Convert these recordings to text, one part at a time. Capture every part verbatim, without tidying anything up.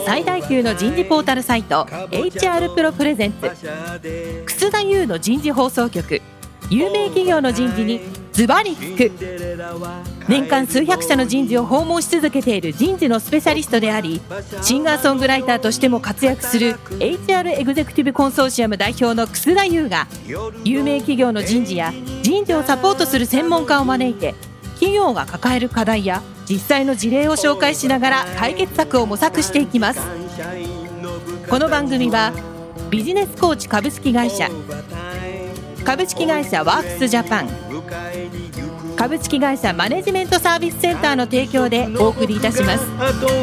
最大級の人事ポータルサイト エイチアール プロプレゼンツ楠田優の人事放送局。有名企業の人事にズバリ聞く。年間数百社の人事を訪問し続けている人事のスペシャリストであり、シンガーソングライターとしても活躍する エイチアール エグゼクティブコンソーシアム代表の楠田優が、有名企業の人事や人事をサポートする専門家を招いて、企業が抱える課題や実際の事例を紹介しながら解決策を模索していきます。この番組はビジネスコーチ株式会社、株式会社ワークスジャパン、株式会社マネジメントサービスセンターの提供でお送りいたします。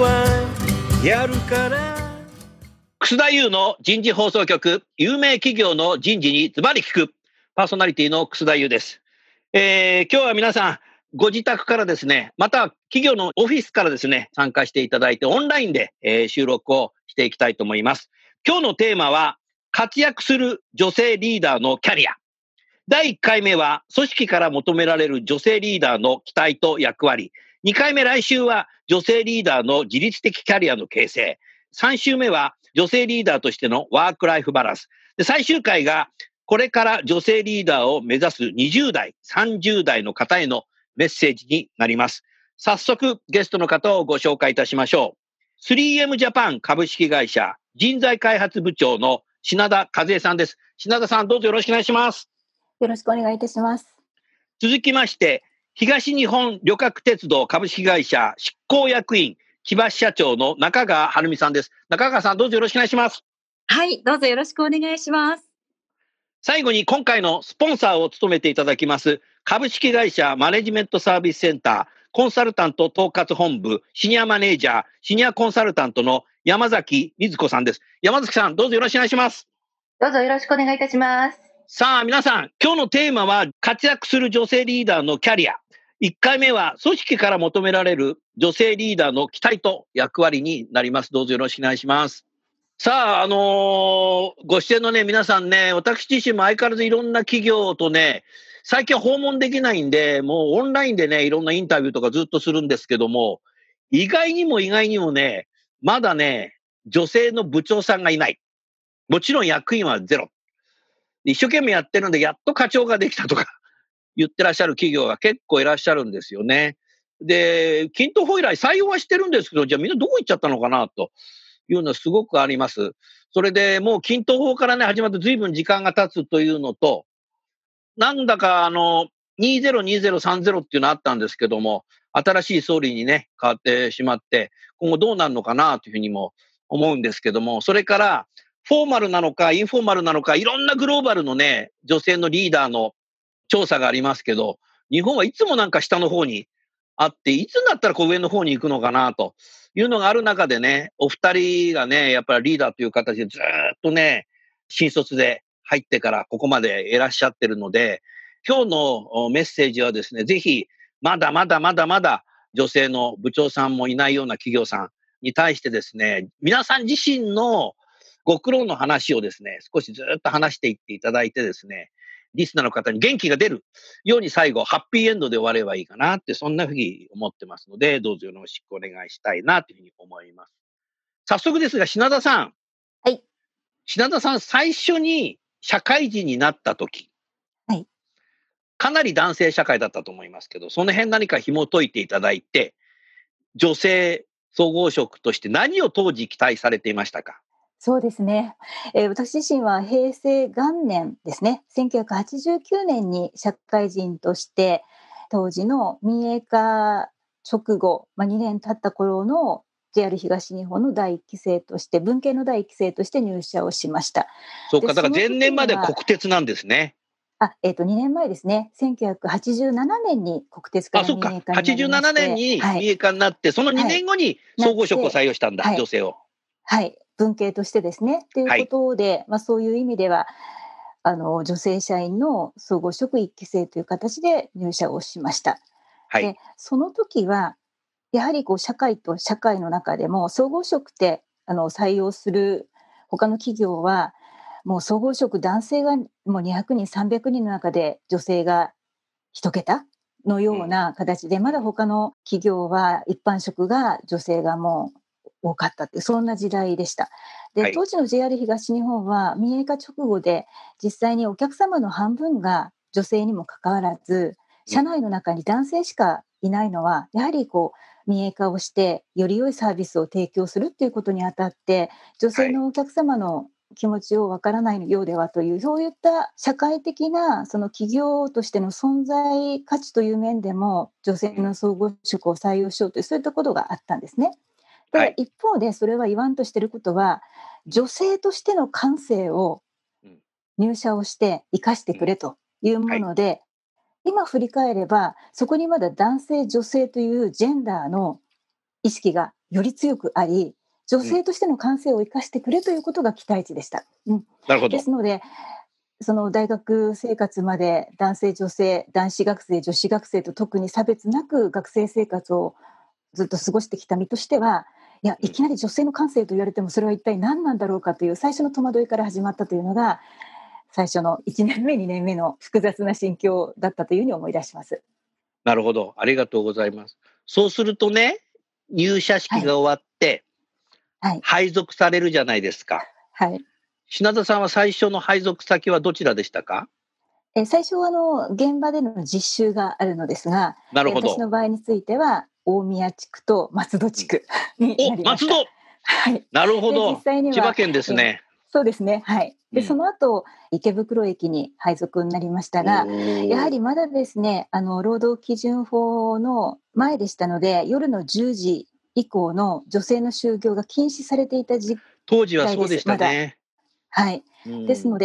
楠田優の人事放送局、有名企業の人事にズバリ聞く。パーソナリティの楠田優です。えー、今日は皆さんご自宅からですね、また企業のオフィスからですね、参加していただいてオンラインで、えー、収録をしていきたいと思います。今日のテーマは、活躍する女性リーダーのキャリア。だいいっかいめは、組織から求められる女性リーダーの期待と役割。にかいめ来週は、女性リーダーの自律的キャリアの形成。さん週目は、女性リーダーとしてのワークライフバランス。で、最終回が、これから女性リーダーを目指すにじゅう代、さんじゅう代の方へのメッセージになります。早速、ゲストの方をご紹介いたしましょう。スリーエム ジャパン株式会社人材開発部長の品田和恵さんです。品田さん、どうぞよろしくお願いします。 よろしくお願いいたします。 続きまして、東日本旅客鉄道株式会社執行役員木橋社長の中川晴美さんです。中川さん、どうぞよろしくお願いします。 はい、どうぞよろしくお願いします。 最後に今回のスポンサーを務めていただきます株式会社マネジメントサービスセンターコンサルタント統括本部シニアマネージャーシニアコンサルタントの山崎瑞子さんです。山崎さん、どうぞよろしくお願いします。 どうぞよろしくお願いいたします。 さあ皆さん、今日のテーマは活躍する女性リーダーのキャリア。いっかいめは組織から求められる女性リーダーの期待と役割になります。どうぞよろしくお願いします。さあ、あのー、ご出演のね、皆さんね、私自身も相変わらずいろんな企業とね、最近は訪問できないんで、もうオンラインでね、いろんなインタビューとかずっとするんですけども、意外にも意外にもね、まだね、女性の部長さんがいない。もちろん役員はゼロ。一生懸命やってるんで、やっと課長ができたとか言ってらっしゃる企業が結構いらっしゃるんですよね。で、均等法以来採用はしてるんですけど、じゃあみんなどこ行っちゃったのかなと。いうのはすごくあります。それでもう均等法からね、始まって随分時間が経つというのと、なんだかあの、にせんにじゅう、さんじゅうっていうのあったんですけども、新しい総理にね、変わってしまって、今後どうなるのかなというふうにも思うんですけども、それから、フォーマルなのか、インフォーマルなのか、いろんなグローバルのね、女性のリーダーの調査がありますけど、日本はいつもなんか下の方にあって、いつになったらこう上の方に行くのかなと。いうのがある中でね、お二人がね、やっぱりリーダーという形でずっとね、新卒で入ってからここまでいらっしゃってるので、今日のメッセージはですね、ぜひ、まだまだまだまだ女性の部長さんもいないような企業さんに対してですね、皆さん自身のご苦労の話をですね、少しずっと話していっていただいてですね、リスナーの方に元気が出るように最後、ハッピーエンドで終わればいいかなって、そんなふうに思ってますので、どうぞよろしくお願いしたいなというふうに思います。早速ですが、品田さん。 はい。 品田さん、最初に社会人になった時。 はい。 かなり男性社会だったと思いますけど、その辺何か紐解いていただいて、女性総合職として何を当時期待されていましたか？ そうですね、えー、私自身は平成元年ですね、せんきゅうひゃくはちじゅうきゅうねんに社会人として当時の民営化直後、まあ、にねん経った頃の ジェイアール 東日本の第一期生として文系の第一期生として入社をしました。 そうか、だから前年まで国鉄なんですね。 あ、えー、とにねんまえですね、せんきゅうひゃくはちじゅうななねんに国鉄から民営化になりまして、 はちじゅうななねんに民営化になって、はい、そのにねんごに総合職を採用したんだ、はい、女性を。 はい、文系としてですね。ということで、はい、まあ、そういう意味ではあの女性社員の総合職いっき生という形で入社をしました。はい、でその時はやはりこう社会と社会の中でも総合職ってあの採用する他の企業はもう総合職男性がもうにひゃくにんさんびゃくにんの中で女性が一桁のような形で、うん、まだ他の企業は一般職が女性がもう多かったってそんな時代でした。で、 はい、 当時の ジェイアール 東日本は民営化直後で実際にお客様の半分が女性にもかかわらず、 うん、 社内の中に男性しかいないのはやはりこう民営化をしてより良いサービスを提供するっていうことにあたって女はい、 性のお客様の気持ちをわからないようではというそういった社会的なその企業としての存在価値という面でも女性うん、 の総合職を採用しようというそういったことがあったんですね。で、 はい、 一方でそれは言わんとしていることは、女性としての感性をうん、 入社をして生かしてうん、 くれというはい、 もので、今振り返れば、そこにまだ男性、女性というジェンダーの意識がより強くあり、女うん、 性としての感性を生かしてくれということが期待値でした。うん、 なるほど。 ですので、その大学生活まで男性、女性、男子学生、女子学生と特に差別なく学生生活をずっと過ごしてきた身としては、いや、 うん、 いきなり女性の感性と言われてもそれは一体何なんだろうかという最初の戸惑いから始まったというのが最初のいちねんめにねんめの複雑な心境だったというふうに思い出します。 なるほど。ありがとうございます。そうするとね、入社はい、 式が終わって、 はい、 配属されるじゃないですか。 はい。 品田さんは最初の配属先はどちらでしたか？ え最初はあの現場での実習があるのですが、え私なるほど。 の場合については大宮地区と松戸うん、 地区になお、 りました。 松戸。 はい。 なるほで、実ど。 際には、 千葉県ですえね。 そうですね、はい。で、そうん。 の後、池袋駅に配属になりましたが、やはおー。 りまだですね、あの、労働基準法の前でしたので、夜のじゅうじ以降の女性の就業が禁止されていた時当時は代です、 そうでしたまだ。 ね。 はい。 うん。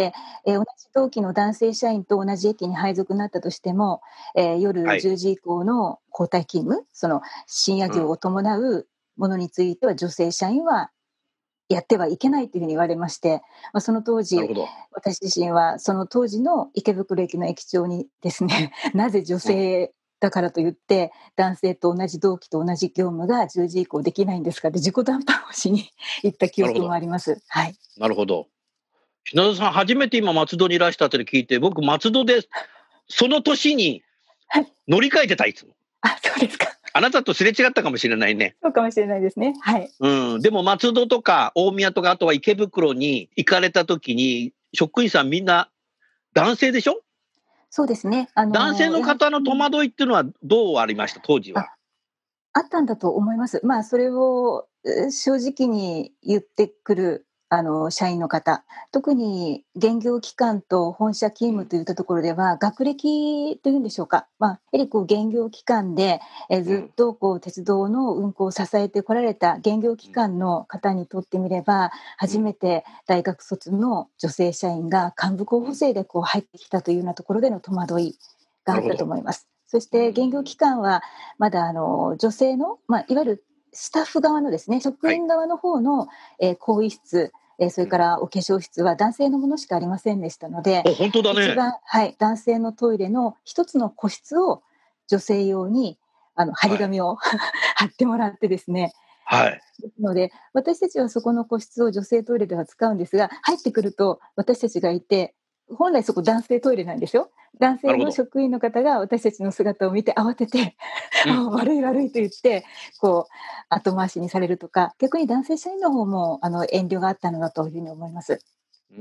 ですので、えー同じ同期の男性社員と同じ駅に配属になったとしても、えー夜はい。 じゅうじ以降の交代勤務、その深夜うん。 業を伴うものについては女性社員はやってはいけないというふうに言われまして、まあ、その当時、 なるほど。 私自身はその当時の池袋駅の駅長にですね、なぜ女うん。 性だからといって、男性と同じ同期と同じ業務がじゅうじ以降できないんですかって自己談判をしに行った記憶もなるほど。 あります。はい。 なるほど。品田さん、初めて今松戸にいらしたって聞いて、僕松戸でその年にはい。 乗り換えてた、いつも。 あ、そうですか。 あなたとすれ違ったかもしれないね。 そうかもしれないですね。はい。 うん。でも松戸とか大宮とか、あとは池袋に行かれた時に、職員さんみんな男性でしょ？ そうですね。あ男性の、やはり、 の方の戸うん、 惑いっていうのはどうありました、当時あ、 は？ あったんだと思います。まあ、それを、え、正直に言ってくる、あの、社員の方、特に現業機関と本社勤うん。 務といったところでは、学歴というんでしょうか、まあ、やはりこう現業機関で、え、 うん。 ずっとこう鉄道の運行を支えてこられた現業機うん。 関の方にとってみれば、 うん。 初めて大学卒の女性社員が幹部候補うん。 生でこう入ってきたというようなところでの戸惑いがあったとなるほど。 思います。そしうて現業ん。 機関はまだあの女性の、まあ、いわゆるスタッフ側のですね、職はい。 員側の方の、えー更衣室、えーそうん。 れからお化粧室は男性のものしかありませんでしたので、 お、本当だね。 一番、はい、男性のトイレの一つの個室を女性用にあの張りはい。 紙を貼ってもらってですね、 はい。 ですので、私たちはそこの個室を女性トイレでは使うんですが、入ってくると私たちがいて、本来そこ男性トイレなんですよ。男性なるほど。 の職員の方が私たちの姿を見て慌てて、 うん。 あ悪い悪いと言って、こう、後回しにされるとか、逆に男性社員の方もあの遠慮があったのだというふうに思います。 うん。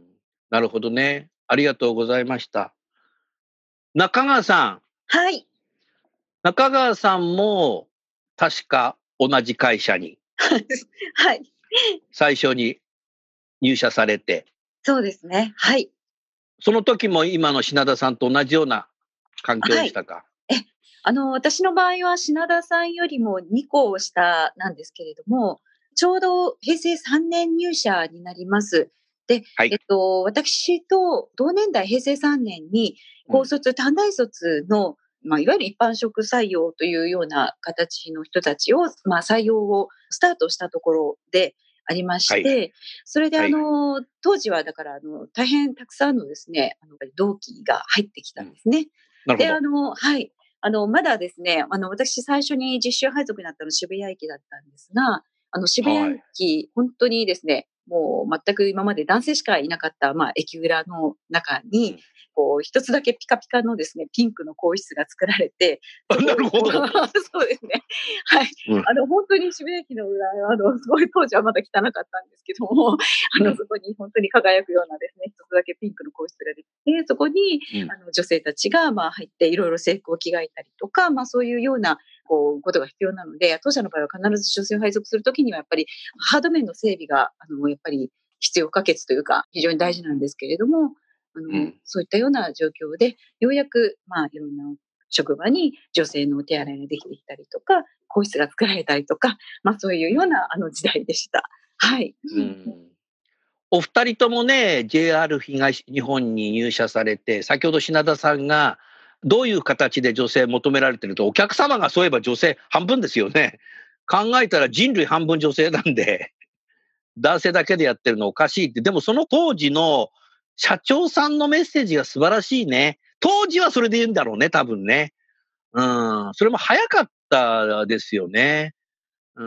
なるほどね。ありがとうございました。中川さん。 はい。 中川さんも確か同じ会社にはい。 最初に入社されて、 そうですね。はい。 その時も今の品田さんと同じような環境はい。 でしたか？ え、あの、私の場合は品田さんよりもにこ下なんですけれども、ちょうど平成さんねん入社になります。で、 はい。 えっと、私と同年代平成さんねんにうん。 高卒、短大卒の、まあ、いわゆる一般職採用というような形の人たちを、まあ、採用をスタートしたところでありまはい。 して、それではい。 あの、当時はだからあの、大変たくさんのですね、あの、同期が入ってきうん。 たんですね。で、あなるほど。 の、はい。あの、まだですね、あの、私最初に実習配属になったの渋谷駅だったんですが、あの、渋谷はい。 駅、本当にですね、 もう全く今まで男性しかいなかった、まあ、駅裏の中に、 うんこう、一つだけピカピカのですね、ピンクの更衣室が作られて、 あ、なるほど。 そうですね。はい。うん、あの、本当に渋谷駅の裏、あの、すごい当時はまだ汚かったんですけども、あの、そこに本当に輝くようなですね、一つだけピンクの更衣室ができて、そこに、うん、あの、女性たちが、まあ、入って、いろいろ制服を着替えたりとか、まあ、そういうような、こう、ことが必要なので、当社の場合は必ず女性を配属するときには、やっぱり、ハード面の整備が、あの、やっぱり必要不可欠というか、非常に大事なんですけれども、あの、うん、そういったような状況で、ようやく、まあ、いろんな職場に女性のお手洗いができてきたりとか、更衣室が作られたりとか、まあ、そういうような、あの、時代でした。はい。 うん、お二人ともね、ジェイアール 東日本に入社されて、先ほど品田さんが、どういう形で女性求められてると、お客様がそういえば女性半分ですよね。考えたら人類半分女性なんで、男性だけでやってるのおかしいって。でもその当時の社長さんのメッセージが素晴らしいね。当時はそれで言うんだろうね、多分ね。うん。それも早かったですよね。うん。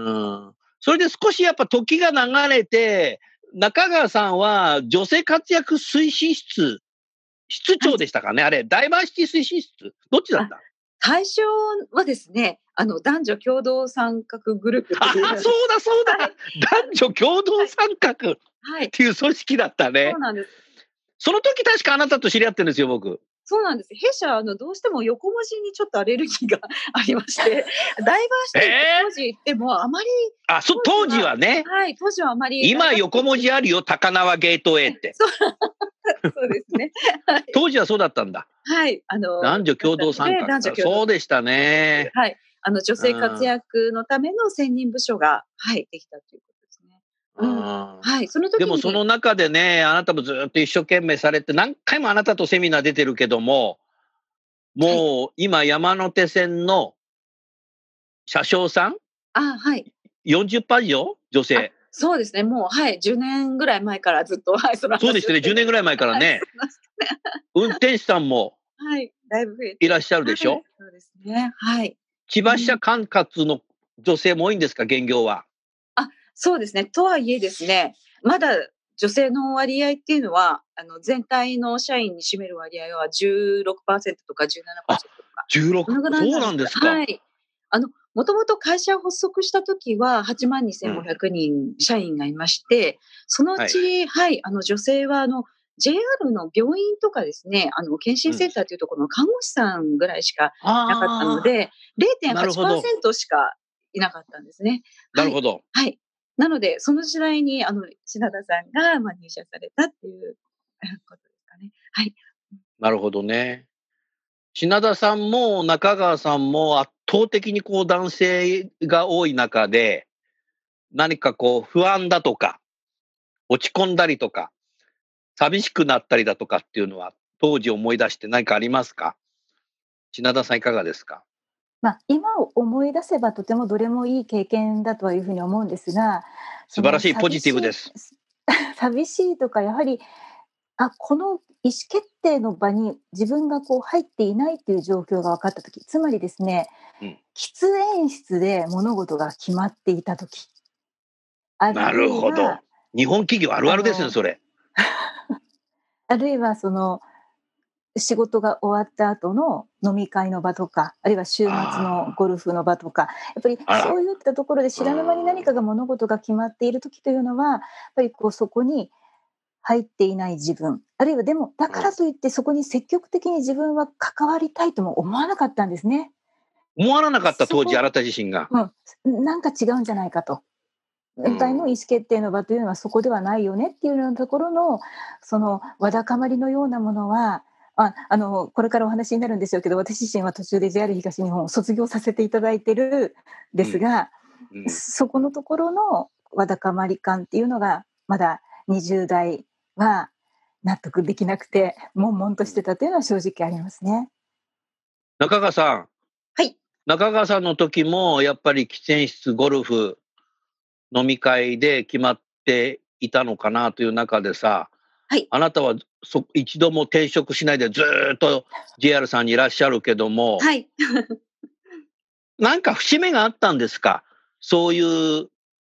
それで少しやっぱ時が流れて、中川さんは女性活躍推進室、室長でしたかね、あれ、ダイバーシティ推進室どっちだった？ 対象はですね、あの、男女共同参画グループっていう。 あ、そうだそうだ、はい、男女共同参画っていう組織だったね。はい、 そうなんです。 その時確かあなたと知り合ってるんですよ、僕。 そうなんです。弊社、あの、どうしても横文字にちょっとアレルギーがありまして、ダイバーシティって当時言ってもあまり、 えー、あ、そ、当時はね。 はい、当時はあまり。 今横文字あるよ、高輪ゲートウェイって。 そうそうですね、はい。 当時はそうだったんだ。 はい。あの、 男女共同参画。そうでしたね。 はい。あの、女性活躍のための専任部署が、はい、できたということですね。うん、はい。その時に。 でもその中でね、あなたもずっと一生懸命されて、何回もあなたとセミナー出てるけども、もう今山手線の車掌さん、 あ、はい。 よんじゅっパーセント以上女性。 そうですね。もう、はい。じゅうねんぐらい前からずっと、はい。 そのそうですね。じゅうねんぐらい前からね。運転手さんも。 はい。だいぶ増えて。 いらっしゃるでしょ、はい、 そうですね。はい。 千葉社管轄の女性も多いんですか、現業は。 あ、そうですね。とはいえですね、まだ女性の割合っていうのは、あの、全体の社員に占める割合は じゅうろくパーセント とか じゅうななパーセント とか。 じゅうろく、そうなんですか。 はい。あの、もともと会社を発足した時ははちまんにせんごひゃくにん社員がいまして、うん、そのうち、はい、はい、あの、女性は、あの、ジェイアール の病院とかですね、あの、検診センターというところの看護師さんぐらいしかいなかったので、れいてんはちパーセント しかいなかったんですね。 なるほど。 はい。はい、なので、その時代に、あの、品田さんが、まあ、入社されたっていうことですかね。はい。 なるほどね。品田さんも中川さんも圧倒的にこう男性が多い中で、何かこう不安だとか、落ち込んだりとか、寂しくなったりだとかっていうのは当時思い出して何かありますか？品田さんいかがですか？ まあ、今を思い出せばとてもどれもいい経験だとはいうふうに思うんですが、 素晴らしい、ポジティブです。 寂しいとか、やはりあこの意思決定の場に自分がこう入っていないという状況が分かったとき、つまりですね、うん、喫煙室で物事が決まっていたとき、 なるほど。日本企業あるあるですね、それ。 あるいはその仕事が終わった後の飲み会の場とか、あるいは週末のゴルフの場とか、やっぱりそういったところで知らぬ間に何かが物事が決まっているときというのは、やっぱりこうそこに入っていない自分、あるいはでもだからといってそこに積極的に自分は関わりたいとも思わなかったんですね。 思わなかった当時あなた自身が、 うん、なんか違うんじゃないかと。全体の意思決定の場というのはそこではないよねっていうようなところのそのわだかまりのようなものは、ああのこれからお話になるんでしょうけど、私自身は途中で ジェイアール 東日本を卒業させていただいてるんですが、うんうん、そこのところのわだかまり感っていうのがまだにじゅう代は納得できなくて悶々としてたというのは正直ありますね。 中川さん、 はい、 中川さんの時もやっぱり喫煙室、ゴルフ、飲み会で決まっていたのかなという中でさ、 はい、 あなたはそ一度も転職しないでずっと ジェイアール さんにいらっしゃるけども、 はい、 なんか節目があったんですか？そういう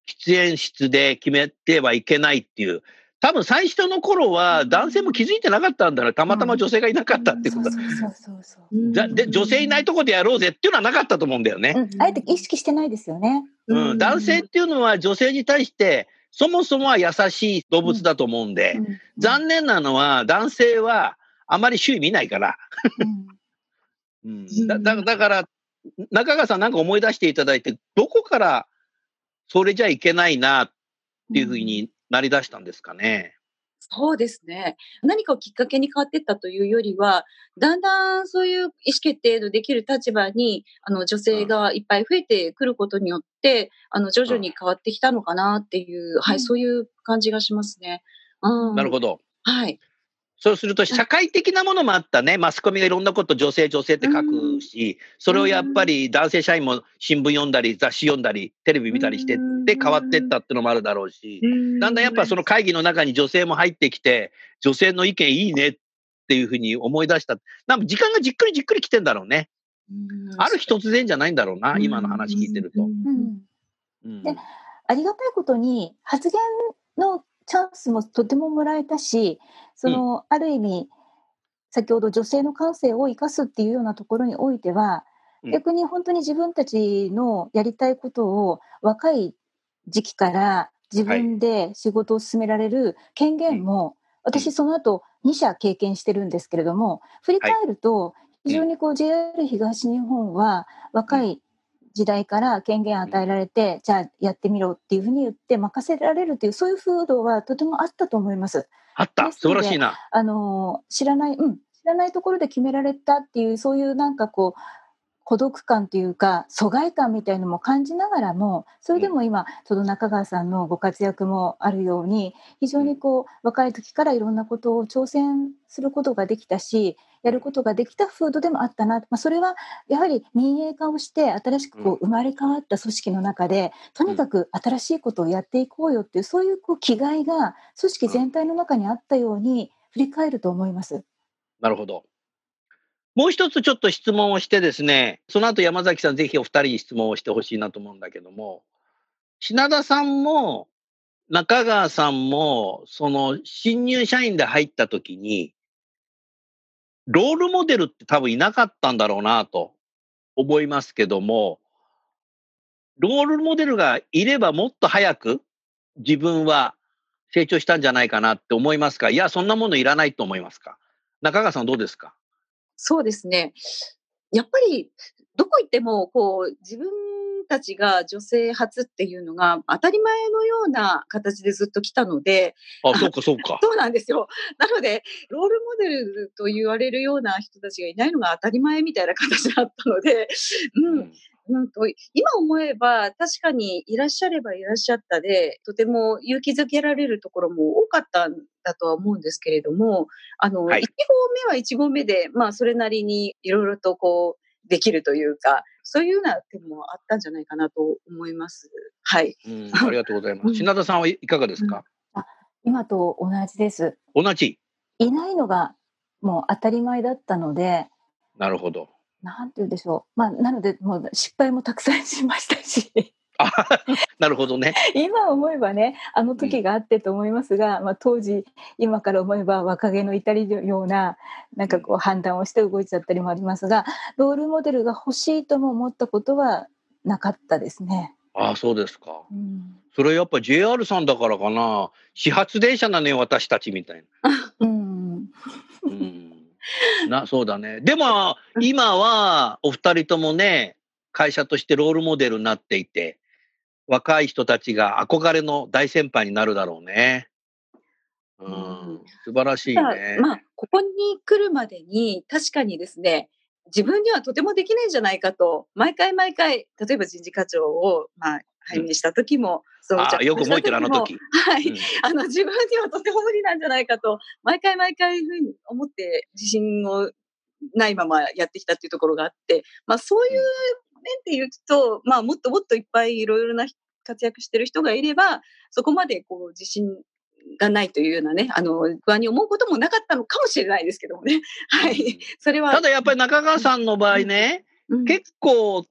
出演室で決めてはいけないっていう。多分最初の頃は男性も気づいてなかったんだろう。たまたま女性がいなかったっていうこと。で、女性いないとこでやろうぜっていうのはなかったと思うんだよね。 うん、あえて意識してないですよね。 うん、男性っていうのは女性に対してそもそもは優しい動物だと思うんで、うんうん、残念なのは男性はあまり周囲見ないから。うん、だ, だ, だから中川さんなんか思い出していただいて、どこからそれじゃいけないなっていうふうになり出したんですかね。 そうですね。何かをきっかけに変わっていったというよりは、だんだんそういう意思決定のできる立場にあの女性がいっぱい増えてくることによって、うん、あの徐々に変わってきたのかなっていう、うん、はい、そういう感じがしますね。うん、 なるほど。 はい。 そうすると社会的なものもあったね。マスコミがいろんなこと女性女性って書くし、それをやっぱり男性社員も新聞読んだり雑誌読んだりテレビ見たりしてって変わってったっていうのもあるだろうし、だんだんやっぱその会議の中に女性も入ってきて、女性の意見いいねっていうふうに思い出した。なんか時間がじっくりじっくり来てんだろうね。ある日突然じゃないんだろうな、今の話聞いてると。 うん、で、ありがたいことに発言のチャンスもとてももらえたし、その、うん、ある意味先ほど女性の感性を生かすっていうようなところにおいては、うん、逆に本当に自分たちのやりたいことを若い時期から自分で仕事を進められる権限も、はい、私その後に社経験してるんですけれども、振り返ると非常にこう ジェイアール 東日本は若い時代から権限与えられて、うん、じゃあやってみろっていうふうに言って任せられるという、そういう風土はとてもあったと思います。 あった。素晴らしいな。 あの知らない、うん、知らないところで決められたっていう、そういうなんかこう孤独感というか疎外感みたいなのも感じながらも、それでも今、うん、ちょうど中川さんのご活躍もあるように、非常にこう若い時からいろんなことを挑戦することができたし、やることができた風土でもあったな、まあ、それはやはり民営化をして新しくこう生まれ変わった組織の中で、とにかく新しいことをやっていこうよっていう、そういうこう気概が組織全体の中にあったように振り返ると思います。 なるほど。もう一つちょっと質問をしてですね、その後山崎さんぜひお二人に質問をしてほしいなと思うんだけども、品田さんも中川さんもその新入社員で入った時にロールモデルって多分いなかったんだろうなと思いますけども、ロールモデルがいればもっと早く自分は成長したんじゃないかなって思いますか？いや、そんなものいらないと思いますか？中川さんどうですか？ そうですね。やっぱりどこ行ってもこう自分たちが女性初っていうのが当たり前のような形でずっと来たので。 あ、そうかそうか。 そうなんですよ。なのでロールモデルと言われるような人たちがいないのが当たり前みたいな形だったので、うん。うんうん、と今思えば確かにいらっしゃればいらっしゃったで、とても勇気づけられるところも多かったんだとは思うんですけれども、あの、はい、いち号目はいち号目で、まあそれなりにいろいろとこうできるというか、そういうような点もあったんじゃないかなと思います。はい。 うん、ありがとうございます。品田さんはいかがですか？ うん、あ、今と同じです。 同じ。 いないのがもう当たり前だったので。 なるほど。 なんて言うんでしょう。まあ、なので、もう失敗もたくさんしましたし。 あ、なるほどね。 今思えばね、あの時があってと思いますが、うん、まあ、当時、今から思えば若気の至りのような、なんかこう判断をして動いちゃったりもありますが、ロールモデルが欲しいとも思ったことはなかったですね。 ああ、そうですか。うん、それやっぱ ジェイアール さんだからかな。始発電車なのよ、私たちみたいな。うん。うんなそうだね。でも今はお二人ともね、会社としてロールモデルになっていて、若い人たちが憧れの大先輩になるだろうね。うん、うん、素晴らしいね。 まあここに来るまでに確かにですね、自分にはとてもできないんじゃないかと毎回毎回、例えば人事課長をまあ拝見した時も、 うん、そうあよく覚えてるあの時、 はい、うん、あの自分にはとても無理なんじゃないかと毎回毎回ふうに思って自信をないままやってきたっていうところがあって、まあそういう面で言うと、まあもっともっといっぱいいろいろな活躍してる人がいれば、そこまでこう自信がないというようなね、あの不安に思うこともなかったのかもしれないですけどもね。はい、それは。 ただやっぱり中川さんの場合ね、うん、結構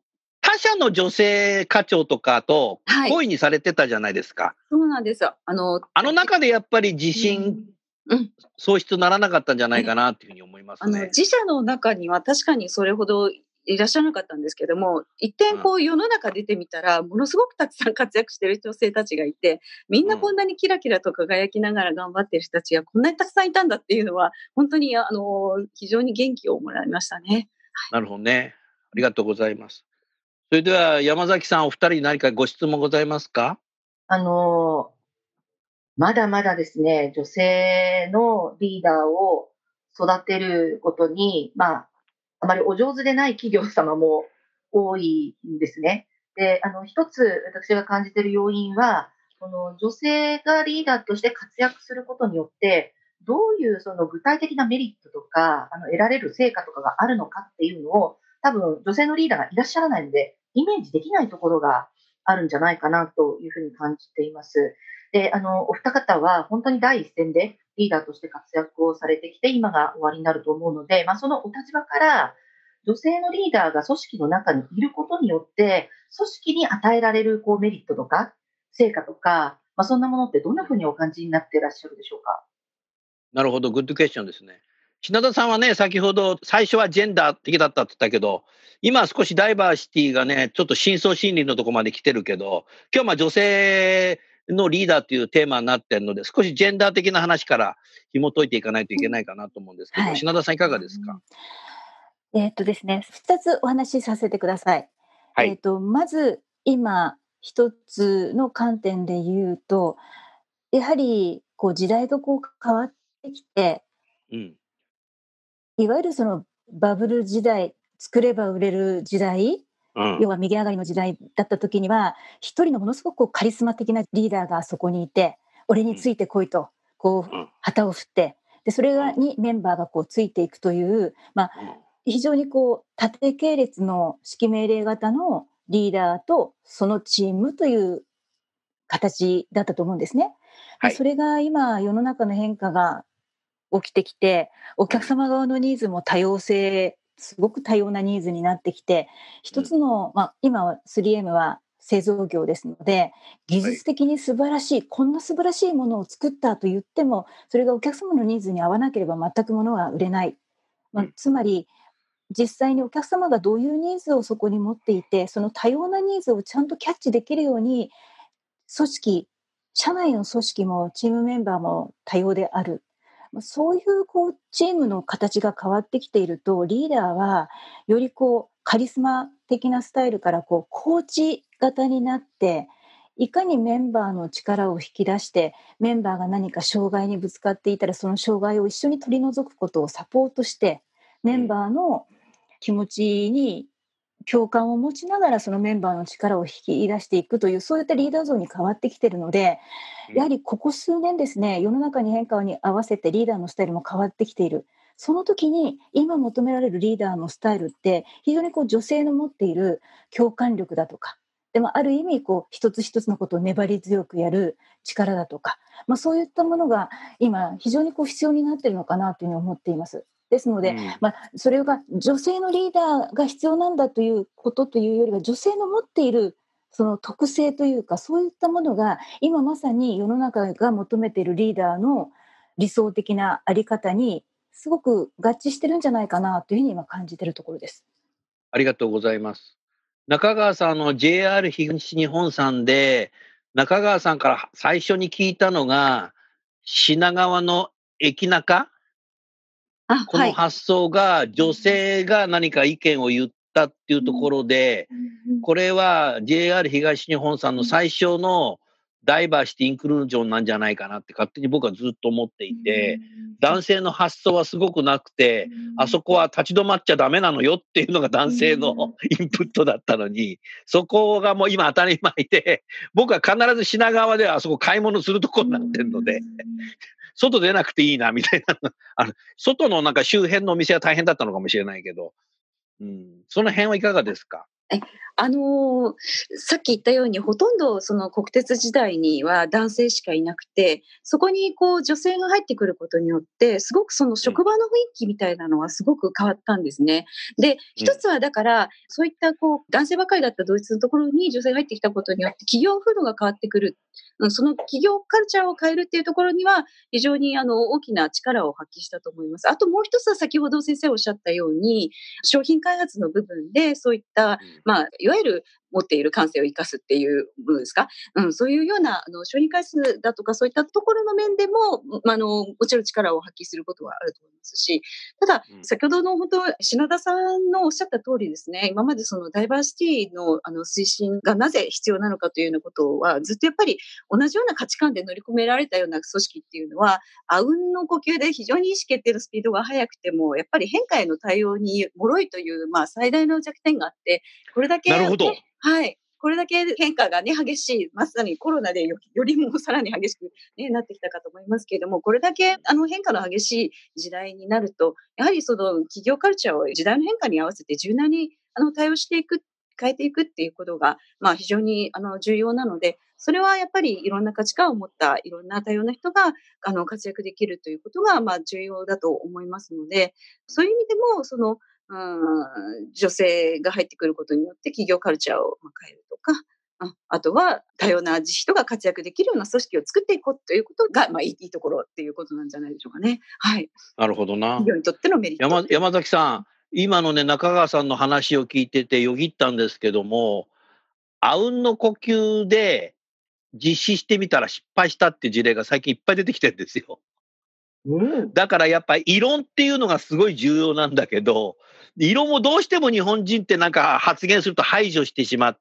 他社の女性課長とかと恋にされてたじゃないですか。はい、 そうなんですよ。あの、 あの中でやっぱり自信、うん、喪失ならなかったんじゃないかなっていうふうに思いますね。 あの自社の中には確かにそれほどいらっしゃらなかったんですけども、一点こう世の中出てみたら、ものすごくたくさん活躍している女性たちがいて、みんなこんなにキラキラと輝きながら頑張っている人たちがこんなにたくさんいたんだっていうのは、本当にあの非常に元気をもらいましたね。 なるほどね。ありがとうございます。それでは山崎さん、お二人に何かご質問ございますか？ あのまだまだですね、女性のリーダーを育てることに、まあ、あまりお上手でない企業様も多いんですね。で、あの、一つ私が感じている要因は、この女性がリーダーとして活躍することによって、どういうその具体的なメリットとか、あの、得られる成果とかがあるのかっていうのを、多分女性のリーダーがいらっしゃらないので、イメージできないところがあるんじゃないかなというふうに感じています。で、あの、お二方は本当に第一線でリーダーとして活躍をされてきて、今が終わりになると思うので、まあ、そのお立場から、女性のリーダーが組織の中にいることによって、組織に与えられるこうメリットとか、成果とか、まあ、そんなものってどんなふうにお感じになっていらっしゃるでしょうか。 なるほど、グッドクエスチョンですね。品田さんはね、先ほど最初はジェンダー的だったって言ったけど、今は少しダイバーシティがね、ちょっと深層心理のところまで来てるけど、今日は女性のリーダーというテーマになってるので、少しジェンダー的な話から紐解いていかないといけないかなと思うんですけど、はい、品田さんいかがですか？ えーっとですね、ふたつお話しさせてください。はい、えーっとまず今一つの観点で言うと、やはりこう時代がこう変わってきて、うん、いわゆるそのバブル時代、作れば売れる時代、うん、要は右上がりの時代だった時には、一人のものすごくこうカリスマ的なリーダーがそこにいて、俺についてこいとこう旗を振って、でそれにメンバーがこうついていくという、まあ、非常にこう縦系列の指揮命令型のリーダーとそのチームという形だったと思うんですね。はい、それが今世の中の変化が起きてきて、お客様側のニーズも多様性、すごく多様なニーズになってきて、一つの、まあ、今は スリーエム は製造業ですので、技術的に素晴らしい、はい、こんな素晴らしいものを作ったと言っても、それがお客様のニーズに合わなければ全く物は売れない。まあ、つまり、実際にお客様がどういうニーズをそこに持っていて、その多様なニーズをちゃんとキャッチできるように、組織、社内の組織もチームメンバーも多様である。そういうこうチームの形が変わってきていると、リーダーはよりこうカリスマ的なスタイルからこうコーチ型になって、いかにメンバーの力を引き出して、メンバーが何か障害にぶつかっていたら、その障害を一緒に取り除くことをサポートして、メンバーの気持ちに共感を持ちながらそのメンバーの力を引き出していくという、そういったリーダー像に変わってきているので、やはりここ数年ですね、世の中に変化に合わせてリーダーのスタイルも変わってきている。その時に今求められるリーダーのスタイルって非常にこう女性の持っている共感力だとか、でもある意味こう一つ一つのことを粘り強くやる力だとか、まあ、そういったものが今非常にこう必要になっているのかなというふうに思っています。ですので、うんまあ、それが女性のリーダーが必要なんだということというよりは、女性の持っているその特性というか、そういったものが今まさに世の中が求めているリーダーの理想的なあり方にすごく合致してるんじゃないかなというふうに今感じているところです。 ありがとうございます。中川さんの ジェイアール 東日本さんで、中川さんから最初に聞いたのが、品川の駅中、この発想が女性が何か意見を言ったっていうところで、これは ジェイアール 東日本さんの最初のダイバーシティインクルージョンなんじゃないかなって勝手に僕はずっと思っていて、男性の発想はすごくなくて、あそこは立ち止まっちゃダメなのよっていうのが男性のインプットだったのに、そこがもう今当たり前で、僕は必ず品川ではあそこ買い物するとこになってるので、外出なくていいなみたいなあの外のなんか周辺のお店は大変だったのかもしれないけど、うん、その辺はいかがですか？ えあのー、さっき言ったようにほとんどその国鉄時代には男性しかいなくて、そこにこう女性が入ってくることによってすごくその職場の雰囲気みたいなのはすごく変わったんですね。で、一つはだからそういったこう男性ばかりだったドイツのところに女性が入ってきたことによって企業風土が変わってくる、その企業カルチャーを変えるっていうところには非常にあの大きな力を発揮したと思います。あともう一つは先ほど先生おっしゃったように商品開発の部分でそういったまあいわゆる持っている感性を生かすっていうものですか、うん、そういうようなあの商品開発だとかそういったところの面でも、まあ、あのもちろん力を発揮することはあると思いますし、ただ先ほどの本当品田さんのおっしゃった通りですね、今までそのダイバーシティのあの推進がなぜ必要なのかというようなことはずっとやっぱり同じような価値観で乗り込められたような組織っていうのはあうんの呼吸で非常に意思決定のスピードが速くてもやっぱり変化への対応に脆いという、まあ、最大の弱点があって、これだけ、ね、 なるほど、 はい。これだけ変化がね、激しい、まさにコロナで よ, よりもさらに激しく、ね、なってきたかと思いますけれども、これだけあの変化の激しい時代になると、やはりその企業カルチャーを時代の変化に合わせて柔軟にあの対応していく、変えていくっていうことが、まあ、非常にあの重要なので、それはやっぱりいろんな価値観を持ったいろんな多様な人があの活躍できるということが、まあ、重要だと思いますので、そういう意味でも、その、うん、女性が入ってくることによって企業カルチャーを変えるとか、あ, あとは多様な人が活躍できるような組織を作っていこうということが、まあ、いい、いいところっていうことなんじゃないでしょうかね。はい。なるほどな。企業にとってのメリット。 山、山崎さん、今のね中川さんの話を聞いててよぎったんですけども、あうんの呼吸で実施してみたら失敗したっていう事例が最近いっぱい出てきてるんですよ。うん、だからやっぱり異論っていうのがすごい重要なんだけど、異論もどうしても日本人ってなんか発言すると排除してしまって、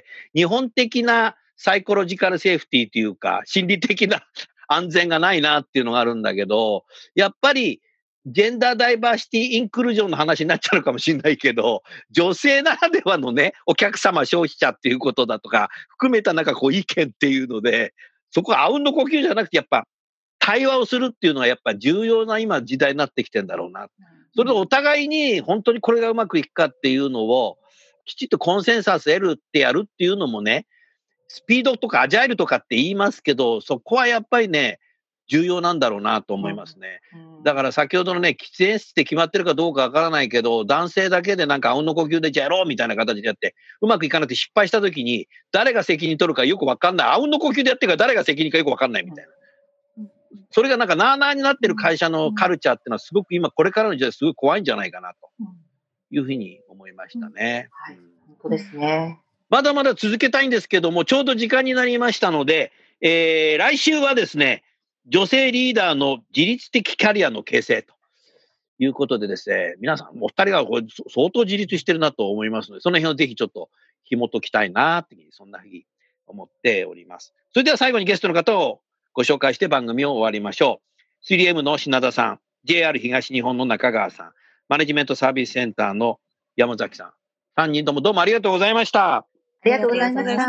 日本的なサイコロジカルセーフティーというか心理的な安全がないなっていうのがあるんだけど、やっぱりジェンダーダイバーシティインクルージョンの話になっちゃうかもしれないけど、女性ならではのね、お客様消費者っていうことだとか含めたなんかこう意見っていうので、そこはあうんの呼吸じゃなくてやっぱ対話をするっていうのはやっぱ重要な今時代になってきてんだろうな。それでお互いに本当にこれがうまくいくかっていうのをきちっとコンセンサス得るってやるっていうのもね、スピードとかアジャイルとかって言いますけど、そこはやっぱりね、重要なんだろうなと思いますね。だから先ほどのね、喫煙室って決まってるかどうかわからないけど、男性だけでなんかあうんの呼吸でじゃあやろうみたいな形でやって、うまくいかなくて失敗した時に、誰が責任取るかよくわかんない。あうんの呼吸でやってるから誰が責任かよくわかんないみたいな。それがなんかなあなあになってる会社のカルチャーっていうのはすごく今これからの時代すごい怖いんじゃないかなというふうに思いましたね。 はい、本当ですね。 まだまだ続けたいんですけども、ちょうど時間になりましたので、えー、来週はですね、女性リーダーの自律的キャリアの形成ということでですね、皆さんお二人がこれ相当自立してるなと思いますので、その辺をぜひちょっと紐解きたいなってそんなふうに思っております。それでは最後にゲストの方をご紹介して番組を終わりましょう。スリーエム の品田さん、ジェイアール 東日本の中川さん、マネジメントサービスセンターの山崎さん、さんにんともどうもありがとうございました。 ありがとうございました。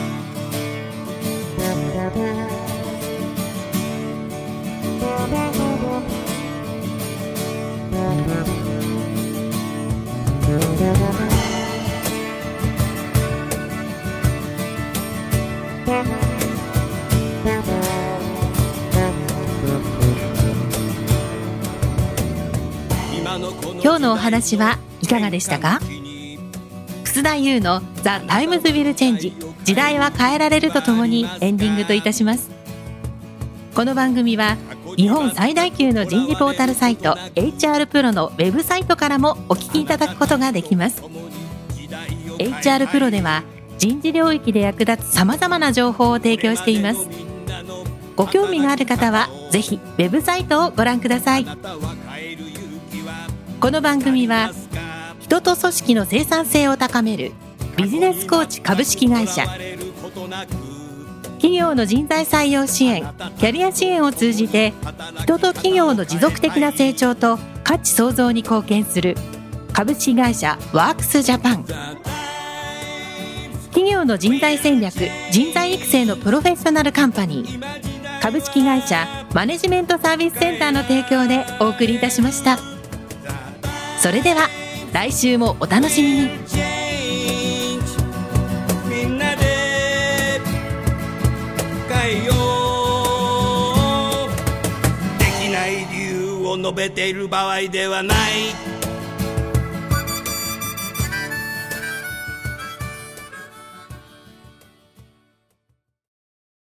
今日のお話はいかがでしたか？楠田優の The Times Will Change 時代は変えられるとともにエンディングといたします。この番組は日本最大級の人事ポータルサイト エイチアール プロのウェブサイトからもお聞きいただくことができます。 エイチアール プロでは人事領域で役立つさまざまな情報を提供しています。ご興味がある方はぜひウェブサイトをご覧ください。この番組は人と組織の生産性を高めるビジネスコーチ株式会社、企業の人材採用支援、キャリア支援を通じて人と企業の持続的な成長と価値創造に貢献する株式会社ワークスジャパン、企業の人材戦略、人材育成のプロフェッショナルカンパニー株式会社マネジメントサービスセンターの提供でお送りいたしました。それでは来週もお楽しみに。 えよう。できない理由を述べている場合ではない。